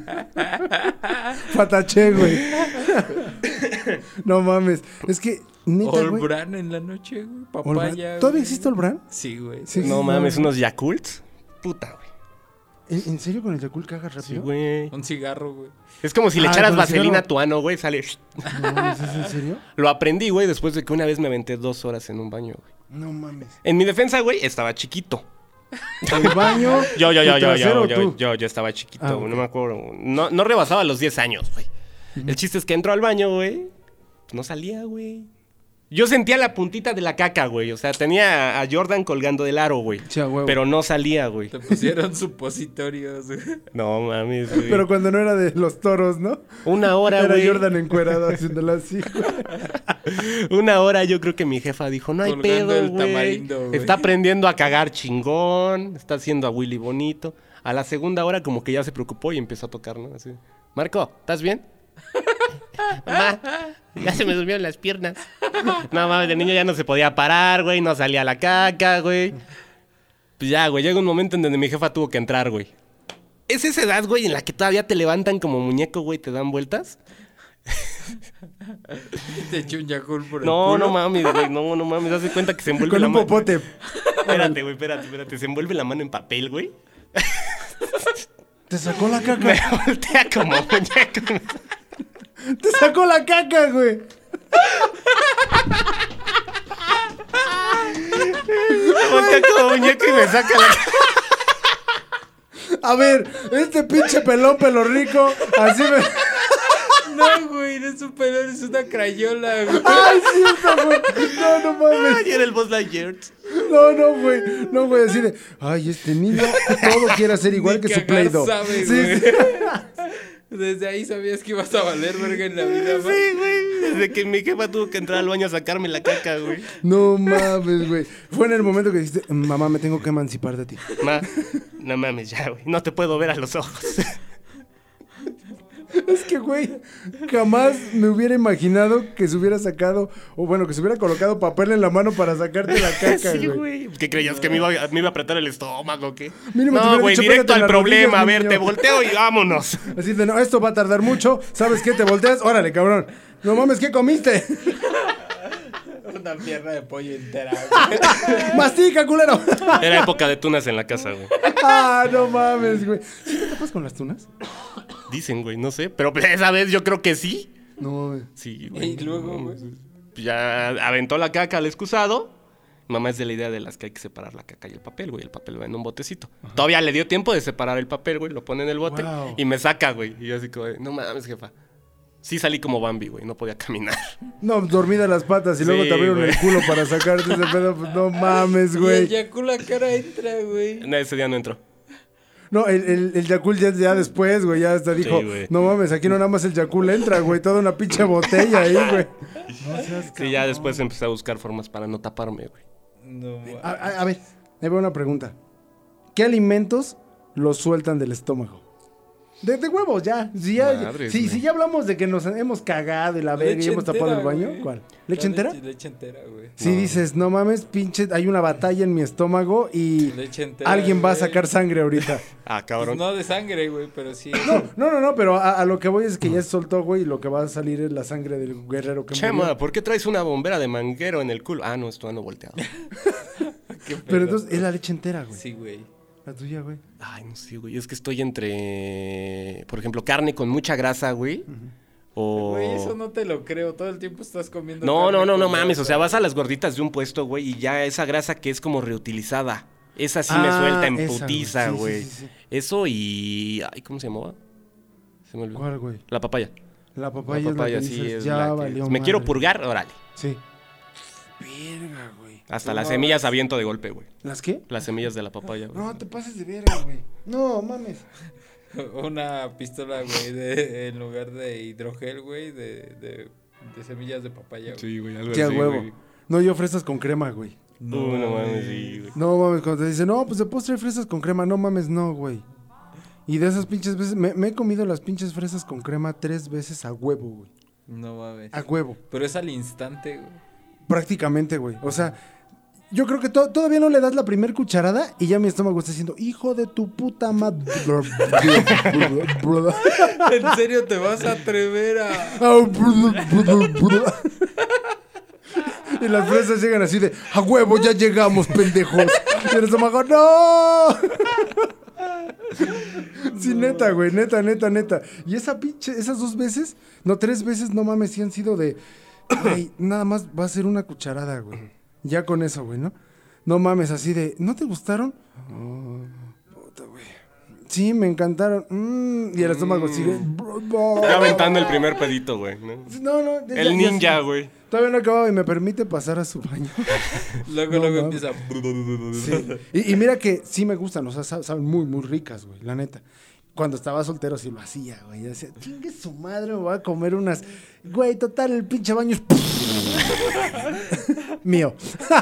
Pataché, güey. No mames. Es que, neta, All güey. Bran en la noche, güey. All Bran. Papaya. ¿Todavía güey. existe All Bran? Sí, güey. Sí, No sí, mames, no. unos Yakults. Puta, güey. ¿En, en serio con el Yakult cagas Sí, rápido? güey. Un cigarro, güey. Es como si le Ah, echaras con el vaselina cigarro. a tu ano, güey, sale. No mames, ¿es en serio? Lo aprendí, güey, después de que una vez me aventé dos horas en un baño, güey. No mames. En mi defensa, güey, estaba chiquito. ¿El baño? Yo, yo, ¿Tu yo, yo, trasero yo, o yo, tú? yo, yo estaba chiquito, Ah, güey, ok. no me acuerdo. No, no rebasaba los diez años, güey. El chiste es que entró al baño, güey. Pues no salía, güey. Yo sentía la puntita de la caca, güey. O sea, tenía a Jordan colgando del aro, güey. Sí, a huevo. Pero no salía, güey. Te pusieron supositorios, güey. No mames, güey. Pero cuando no era de los toros, ¿no? Una hora, Era güey. Jordan encuerado haciéndola así, güey. Una hora yo creo que mi jefa dijo, no hay Colgando pedo, el güey. tamarindo, güey. Está aprendiendo a cagar chingón. Está haciendo a Willy bonito. A la segunda hora como que ya se preocupó y empezó a tocar, ¿no? Así. Marco, ¿estás bien? Mamá, ya se me durmieron las piernas. No mames, el niño ya no se podía parar, güey. No salía la caca, güey. Pues ya, güey, llega un momento en donde mi jefa tuvo que entrar, güey. Es esa edad, güey, en la que todavía te levantan como muñeco, güey, te dan vueltas. Te echó un Yakult por el No, culo. no mames, güey, no, no mames. Haz de cuenta que se envuelve Con la un mano. popote. Espérate, güey, espérate, espérate. Se envuelve la mano en papel, güey. Te sacó la Me caca. voltea como muñeco. Te sacó la caca, güey. Me voltea como muñeco y me saca la... A ver, este pinche pelón pelo rico, así me... No, güey, no es un pelón, es una crayola, güey. Ay, sí, está, güey. No, no mames. Ay, era el Buzz Lightyear. No, no, güey. No, güey, así de... Ay, este niño todo quiere hacer igual Ni que su cagar Play-Doh. sabe, Sí, güey. sí. Desde ahí sabías que ibas a valer verga en la vida, güey. Sí, güey. Desde que mi jefa tuvo que entrar al baño a sacarme la caca, güey. No mames, güey. Fue en el momento que dijiste, mamá, me tengo que emancipar de ti. Ma, no mames ya, güey. No te puedo ver a los ojos. Es que, güey, jamás me hubiera imaginado que se hubiera sacado, o bueno, que se hubiera colocado papel en la mano para sacarte la caca, Sí, güey. güey. ¿Qué creías? ¿Que me iba, a- me iba a apretar el estómago o qué? Mínimo te No, hubiera güey, dicho, directo "Pégate en al las problema. A rodillas, ver, niño". te volteo y vámonos. Así de, no, esto va a tardar mucho. ¿Sabes qué? ¿Te volteas? Órale, cabrón. No mames, ¿qué comiste? Una pierna de pollo entera, güey. ¡Mastica, culero! Era época de tunas en la casa, güey. Ah, no mames, güey. ¿Sí te tapas con las tunas? Dicen, güey, no sé. Pero esa vez yo creo que sí. No, güey. Sí, güey. Y luego, güey. Ya aventó la caca al excusado. Mamá es de la idea de las que hay que separar la caca y el papel, güey. El papel va en un botecito. Todavía le dio tiempo de separar el papel, güey. Lo pone en el bote Wow. y me saca, güey. Y yo así como, de, no mames, jefa. Sí salí como Bambi, güey. No podía caminar. No, dormida las patas y luego Sí, te abrieron güey. el culo para sacarte ese pedo. Pues no mames, Y el güey. Yakult la cara entra, güey. No, ese día no entró. No, el, el, el Yakult ya, ya después, güey, ya hasta dijo, Sí, güey. no mames, aquí no nada más el Yakult entra, güey, toda una pinche botella ahí, güey. No seas Sí, ya después empecé a buscar formas para no taparme, güey. No, güey. A, a- a ver, ahí va una pregunta. ¿Qué alimentos los sueltan del estómago? De, de huevos, ya. Si ya, Madres, si, güey. si ya hablamos de que nos hemos cagado y la verga y Leche hemos tapado el entera, baño, güey. ¿cuál? La ¿Leche entera? Leche, leche entera, güey. Si dices, no mames, pinche, hay una batalla en mi estómago y Leche entera, alguien va a güey. sacar sangre ahorita. Ah, Pues cabrón. no de sangre, güey, pero sí. No, no, no, no, pero a, a lo que voy es que ya se soltó, güey, y lo que va a salir es la sangre del guerrero que Chema, murió. ¿por qué traes una bombera de manguero en el culo? Ah, no, esto no volteado. Qué pedo. Pero entonces es la leche entera, güey. Sí, güey. La tuya, güey. Ay, no sé, güey. Es que estoy entre, por ejemplo, carne con mucha grasa, güey. O... Güey, eso no te lo creo. Todo el tiempo estás comiendo. No, carne no, no, no con mames. grasa. O sea, vas a las gorditas de un puesto, güey, y ya esa grasa que es como reutilizada. Esa sí me Ah, suelta en esa, putiza, güey. Sí, güey. sí, sí, sí. Eso y... Ay, ¿cómo se llamaba? Se me olvidó. ¿Cuál, güey? La papaya. La papaya, La papaya, es la que sí, dices, es ya la que... valió Me quiero madre. purgar, órale. Sí. Verga, güey. Hasta No las mames. semillas aviento de golpe, güey. ¿Las qué? Las semillas de la papaya, güey. No, te pases de verga, güey. No, mames. Una pistola, güey, de, en lugar de hidrogel, güey, de, de, de semillas de papaya, güey. Sí, güey, algo Sí, a así, huevo. güey. No, yo fresas con crema, güey. No, no mames, sí, güey. No mames, cuando te dicen, no, pues de postre fresas con crema. No mames, no, güey. Y de esas pinches veces, me, me he comido las pinches fresas con crema tres veces a huevo, güey. No mames. A huevo. Pero es al instante, güey. Prácticamente, güey. O sea, yo creo que to- todavía no le das la primer cucharada y ya mi estómago está diciendo, hijo de tu puta madre. ¿En serio te vas a atrever a...? Y las fresas llegan así de, a huevo, ya llegamos, pendejos. Y el estómago, ¡no! Sí, neta, güey, neta, neta, neta. Y esa pinche, esas dos veces, no, tres veces, no mames, sí han sido de, güey, nada más va a ser una cucharada, güey. Ya con eso, güey, ¿no? No mames, así de, ¿no te gustaron? Oh, puta, güey. Sí, me encantaron. Mm, y el estómago sigue. Ya aventando el primer pedito, güey. ¿no? No, no. ya- El ya- ninja, ya- güey. Todavía no acababa y me permite pasar a su baño. Luego, No, luego mames. empieza... Sí. Y, y mira que sí me gustan, o sea, sab- saben muy, muy ricas, güey, la neta. Cuando estaba soltero sí lo hacía, güey. Yo decía, chingue su madre, me voy a comer unas. Güey, total, el pinche baño es. Mío.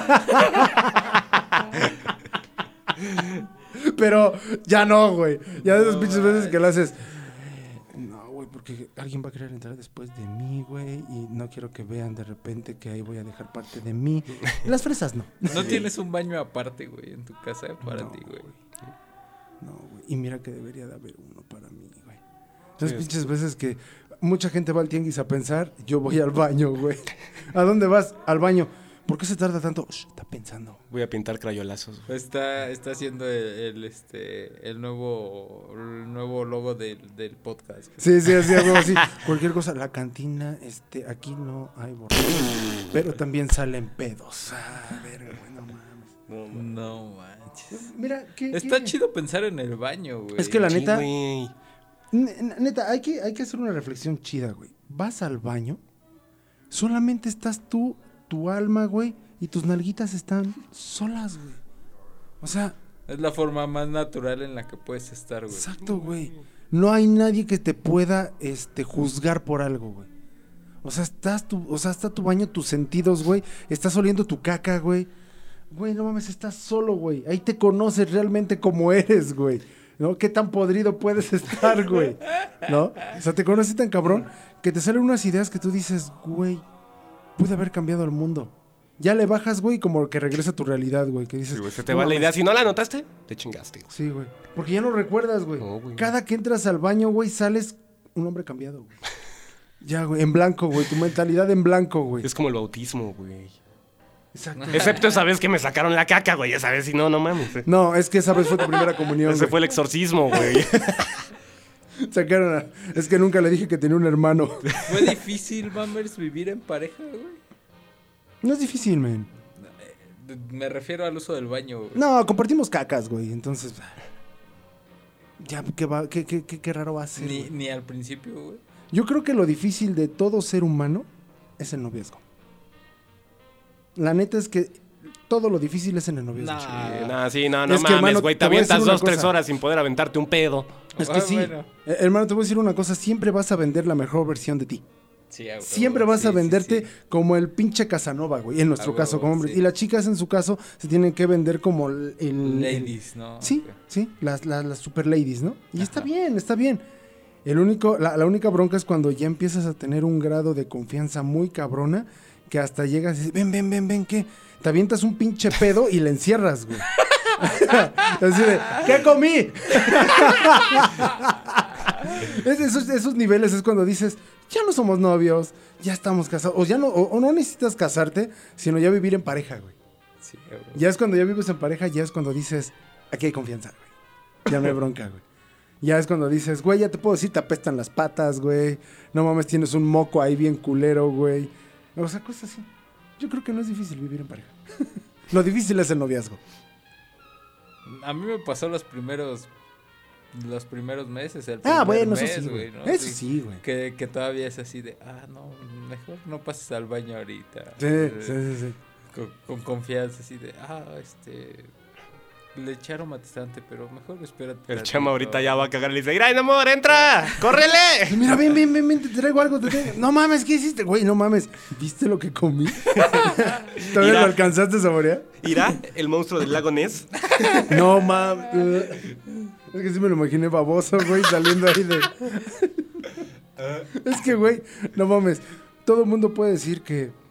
Pero ya no, güey. Ya de esas pinches veces que lo haces. No, güey, porque alguien va a querer entrar después de mí, güey. Y no quiero que vean de repente que ahí voy a dejar parte de mí. Las fresas no. No tienes un baño aparte, güey, en tu casa para No, ti, güey. No, güey. Y mira que debería de haber uno para mí, güey. Esas pinches veces que mucha gente va al tianguis a pensar, yo voy al baño, güey. ¿A dónde vas? Al baño. ¿Por qué se tarda tanto? Shh, está pensando. Voy a pintar crayolazos. güey. Está, está haciendo el, el, este, el nuevo, el nuevo logo del, del podcast. Sí, sí, así, algo así. Cualquier cosa. La cantina, este, aquí no hay borrachos, pero también salen pedos. Ah, verga, güey, no mames. No manches. Mira, ¿qué, Está qué? chido pensar en el baño, güey. Es que la Sí, neta, güey. n- neta, hay que, hay que hacer una reflexión chida, güey. Vas al baño, solamente estás tú, tu alma, güey, y tus nalguitas están solas, güey. O sea, Es la forma más natural en la que puedes estar, güey. exacto, güey. No hay nadie que te pueda, este, juzgar por algo, güey. O sea, estás tu, o sea, está tu baño, tus sentidos, güey. Estás oliendo tu caca, güey. Güey, no mames, estás solo, güey. Ahí te conoces realmente como eres, güey. ¿No? ¿Qué tan podrido puedes estar, güey? ¿No? O sea, te conoces tan cabrón que te salen unas ideas que tú dices, güey, pude haber cambiado el mundo. Ya le bajas, güey, como que regresa a tu realidad, güey. Que dices, Sí, güey, se te "No va la mames". idea. Si no la notaste, te chingaste. güey. Sí, güey. Porque ya no recuerdas, güey. No, güey. Cada que entras al baño, güey, sales un hombre cambiado, güey. Ya, güey, en blanco, güey. Tu mentalidad en blanco, güey. Es como el bautismo, güey. Exacto. Excepto esa vez que me sacaron la caca, güey. Esa vez, si no, no mames. eh. No, es que esa vez fue tu primera comunión, Ese güey. fue el exorcismo, güey. Sacaron a- Es que nunca le dije que tenía un hermano. ¿Fue difícil, Mammers, vivir en pareja, güey? No es difícil, man. Me refiero al uso del baño, güey. No, compartimos cacas, güey. Entonces... Ya, ¿qué, va, qué, qué, qué, qué raro va a ser, Ni, güey? ni al principio, güey. Yo creo que lo difícil de todo ser humano es el noviazgo. La neta es que todo lo difícil es en el noviazgo. Nah. Eh, nah, sí, no, no Es que, mames, hermano, güey. te Te voy a decir avientas una dos, tres cosa. horas sin poder aventarte un pedo. Es que Ah, sí. bueno. Eh, hermano, te voy a decir una cosa. Siempre vas a vender la mejor versión de ti. Sí, a huevo, Siempre vas sí, a sí, venderte sí. como el pinche Casanova, güey. En nuestro A caso, huevo, como hombres. sí. Y las chicas, en su caso, se tienen que vender como el... el- Ladies, ¿no? el- sí, Ok. sí. Las, las, las super ladies, ¿no? Y está Ajá. bien, está bien. El único, la, la única bronca es cuando ya empiezas a tener un grado de confianza muy cabrona que hasta llegas y dices, ven, ven, ven, ven, ¿qué? Te avientas un pinche pedo y le encierras, güey. Así de, ¿qué comí? Es- esos, esos niveles es cuando dices, ya no somos novios, ya estamos casados. O ya no, o, o no necesitas casarte, sino ya vivir en pareja, güey. Sí, a huevo. Ya es cuando ya vives en pareja, ya es cuando dices, aquí hay confianza, güey. Ya no hay bronca, güey. Ya es cuando dices, güey, ya te puedo decir, te apestan las patas, güey. No mames, tienes un moco ahí bien culero, güey. O sea, cosas así. Yo creo que no es difícil vivir en pareja. Lo difícil es el noviazgo. A mí me pasó los primeros los primeros meses, el Ah, primer bueno, mes, eso sí, güey. ¿no? Eso Sí, sí, güey. Que, que todavía es así de, ah, no, mejor no pases al baño ahorita. Sí, Eh, sí, sí, sí. Con, con confianza, así de, ah, este, le echaron matizante, pero mejor espérate. El tantito". chama ahorita ya va a cagar y le dice, ¡ay, amor, entra! ¡Córrele! Mira, ven, ven, ven, ven, te traigo algo. Te traigo. No mames, ¿qué hiciste? Güey, no mames. ¿Viste lo que comí? ¿Todavía Mira. lo alcanzaste a saborear? ¿Irá el monstruo del lago Ness? No mames. Es que sí me lo imaginé baboso, güey, saliendo ahí de... Es que, güey, no mames. Todo el mundo puede decir que...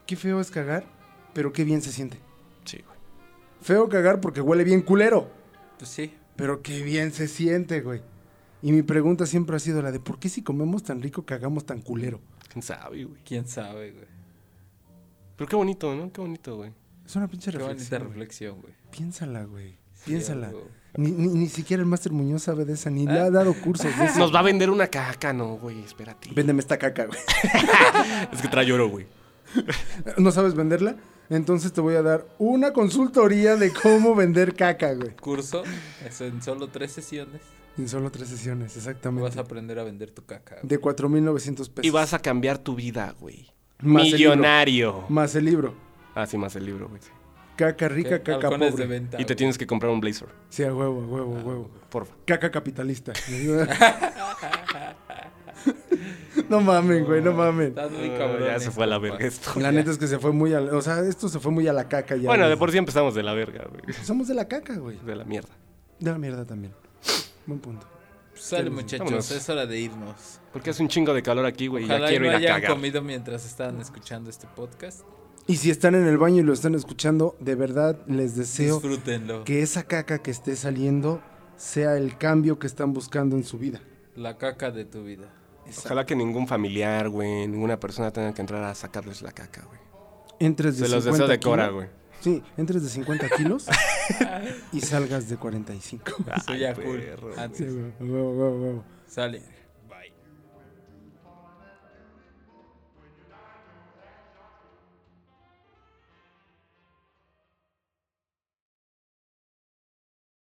qué feo es cagar, pero qué bien se siente. Sí, güey. Feo cagar porque huele bien culero, Pues sí. pero qué bien se siente, güey. Y mi pregunta siempre ha sido la de ¿por qué si comemos tan rico cagamos tan culero? ¿Quién sabe, güey? ¿Quién sabe, güey? Pero qué bonito, ¿no? Qué bonito, güey. Es una pinche Qué bonita reflexión. güey. reflexión, güey. Piénsala, güey. Sí, Piénsala. güey. Ni, ni, ni siquiera el Máster Muñoz sabe de esa, ni le ¿Ah? ha dado cursos de eso. Nos va a vender una caca, no, güey, espérate. Véndeme esta caca, güey. Es que trae oro, güey. ¿No sabes venderla? Entonces te voy a dar una consultoría de cómo vender caca, güey. Curso, eso en solo tres sesiones. En solo tres sesiones, exactamente. Vas a aprender a vender tu caca, güey. De cuatro mil novecientos pesos. Y vas a cambiar tu vida, güey. Más el Millonario. Más el libro. Ah, sí, más el libro, güey. Sí. Caca rica, ¿Qué? caca Halcones pobre. de venta, Y te güey. tienes que comprar un blazer. Sí, a huevo, a huevo, a huevo. Porfa. Caca capitalista. No mamen, güey, no mamen. Estás muy Ah, cabrón. ya se fue a la verga esto. La neta es que se fue muy a la... O sea, esto se fue muy a la caca ya. Bueno, de güey. por sí empezamos de la verga, güey. Somos de la caca, güey. De la mierda. De la mierda también. Buen punto. Sale, muchachos, Vámonos. es hora de irnos. Porque hace un chingo de calor aquí, güey. Ya Ojalá y quiero no ir a hayan cagar. comido mientras estaban escuchando este podcast. Y si están en el baño y lo están escuchando, de verdad les deseo Disfrútenlo. que esa caca que esté saliendo sea el cambio que están buscando en su vida. La caca de tu vida. Ojalá que ningún familiar, güey, ninguna persona tenga que entrar a sacarles la caca, güey. Entres de Se los cincuenta deseo de Cora, kilos. güey. Sí, entres de cincuenta kilos y salgas de cuarenta y cinco. Soy Ay, a cool. perro. Antes. Sí, güey, güey, güey, güey. Sale.